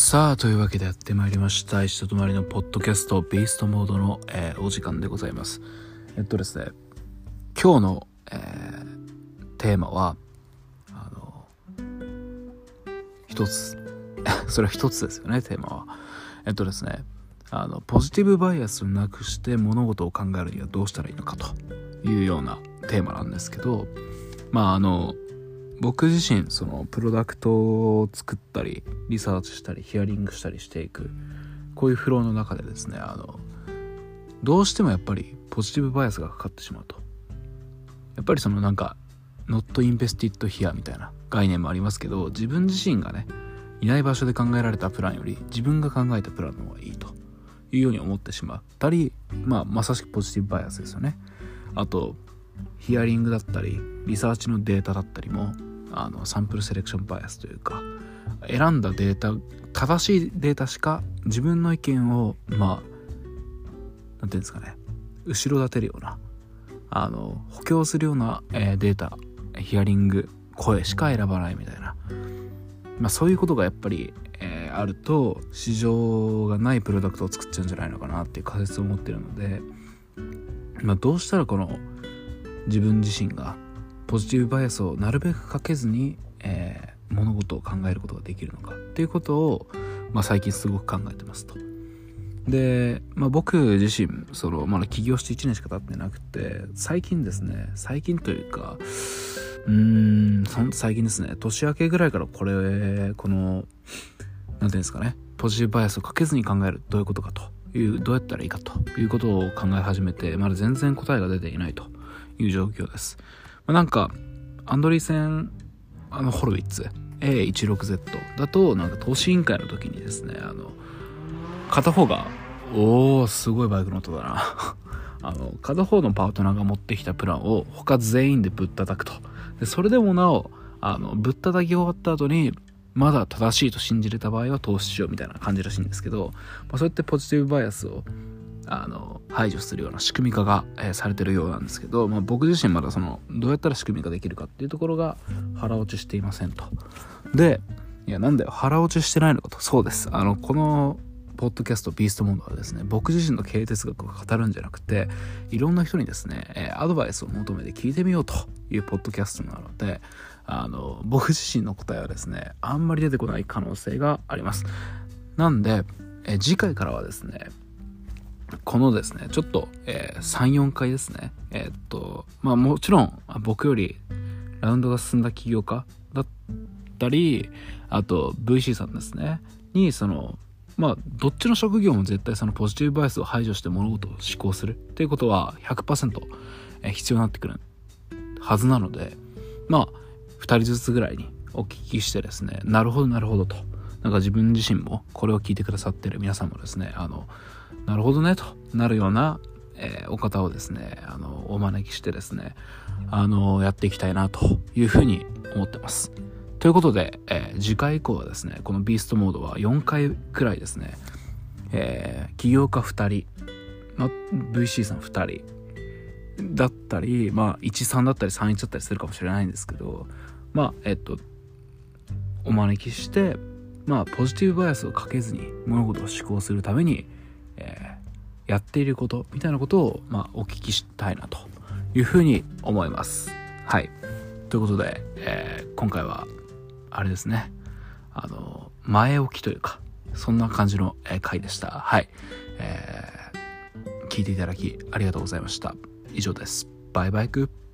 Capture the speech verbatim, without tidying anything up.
さあというわけでやってまいりました一度止まりのポッドキャストビーストモードの、えー、お時間でございます。えっとですね今日の、えー、テーマはあの一つそれは一つですよね。テーマはえっとですねあのポジティブバイアスをなくして物事を考えるにはどうしたらいいのかというようなテーマなんですけど、まああの僕自身そのプロダクトを作ったりリサーチしたりヒアリングしたりしていくこういうフローの中でですねあのどうしてもやっぱりポジティブバイアスがかかってしまうと、やっぱりそのなんか not invested here みたいな概念もありますけど、自分自身がねいない場所で考えられたプランより自分が考えたプランの方がいいというように思ってしまったり、まあまさしくポジティブバイアスですよね。あとヒアリングだったりリサーチのデータだったりもあのサンプルセレクションバイアスというか、選んだデータ正しいデータしか自分の意見をまあなんていうんですかね後ろ盾るようなあの補強するような、えー、データヒアリング声しか選ばないみたいな、まあそういうことがやっぱり、えー、あると市場がないプロダクトを作っちゃうんじゃないのかなっていう仮説を持ってるので、まあどうしたらこの自分自身がポジティブバイアスをなるべくかけずに、えー、物事を考えることができるのかっていうことを、まあ、最近すごく考えてますと。で、まあ、僕自身そのまだ起業していちねんしか経ってなくて、最近ですね最近というかうーんそん最近ですね年明けぐらいからこれこのなんていうんですかねポジティブバイアスをかけずに考えるどういうことかというどうやったらいいかということを考え始めて、まだ全然答えが出ていないという状況です。なんかアンドリーセンあのホロウィッツ エーじゅうろくゼット だとなんか投資委員会の時にですねあの片方がおーすごいバイクの音だなあの片方のパートナーが持ってきたプランを他全員でぶったたくと。でそれでもなおあのぶったたき終わった後にまだ正しいと信じれた場合は投資しようみたいな感じらしいんですけど、まあ、そうやってポジティブバイアスをあの排除するような仕組み化が、えー、されてるようなんですけど、まあ、僕自身まだそのどうやったら仕組み化できるかっていうところが腹落ちしていませんと。でいやなんだよ腹落ちしてないのかと。そうです、あのこのポッドキャストビーストモンドはですね僕自身の経営哲学を語るんじゃなくていろんな人にですね、えー、アドバイスを求めて聞いてみようというポッドキャストなので、あの僕自身の答えはですねあんまり出てこない可能性があります。なんで、えー、次回からはですねこのですねちょっと、えー、さんよんかいですねえー、っとまあもちろん僕よりラウンドが進んだ起業家だったりあと ブイシー さんですねにそのまあどっちの職業も絶対そのポジティブバイアスを排除して物事を思考するっていうことは ひゃくパーセント 必要になってくるはずなので、まあふたりずつぐらいにお聞きしてですねなるほどなるほどと、なんか自分自身もこれを聞いてくださってる皆さんもですねあのなるほどねとなるような、えー、お方をですねあのお招きしてですねあのやっていきたいなというふうに思ってます。ということで、えー、次回以降はですねこのビーストモードはよんかいくらいですね、えー、起業家ふたり、まあ、ブイシー さんふたりだったり、まあ、いちさんだったりさんいちだったりするかもしれないんですけど、まあえっとお招きしてまあポジティブバイアスをかけずに物事を思考するためにえー、やっていることみたいなことを、まあ、お聞きしたいなというふうに思います。はいということで、えー、今回はあれですねあの前置きというかそんな感じの、えー、回でした。はい、えー、聞いていただきありがとうございました。以上です。バイバイク。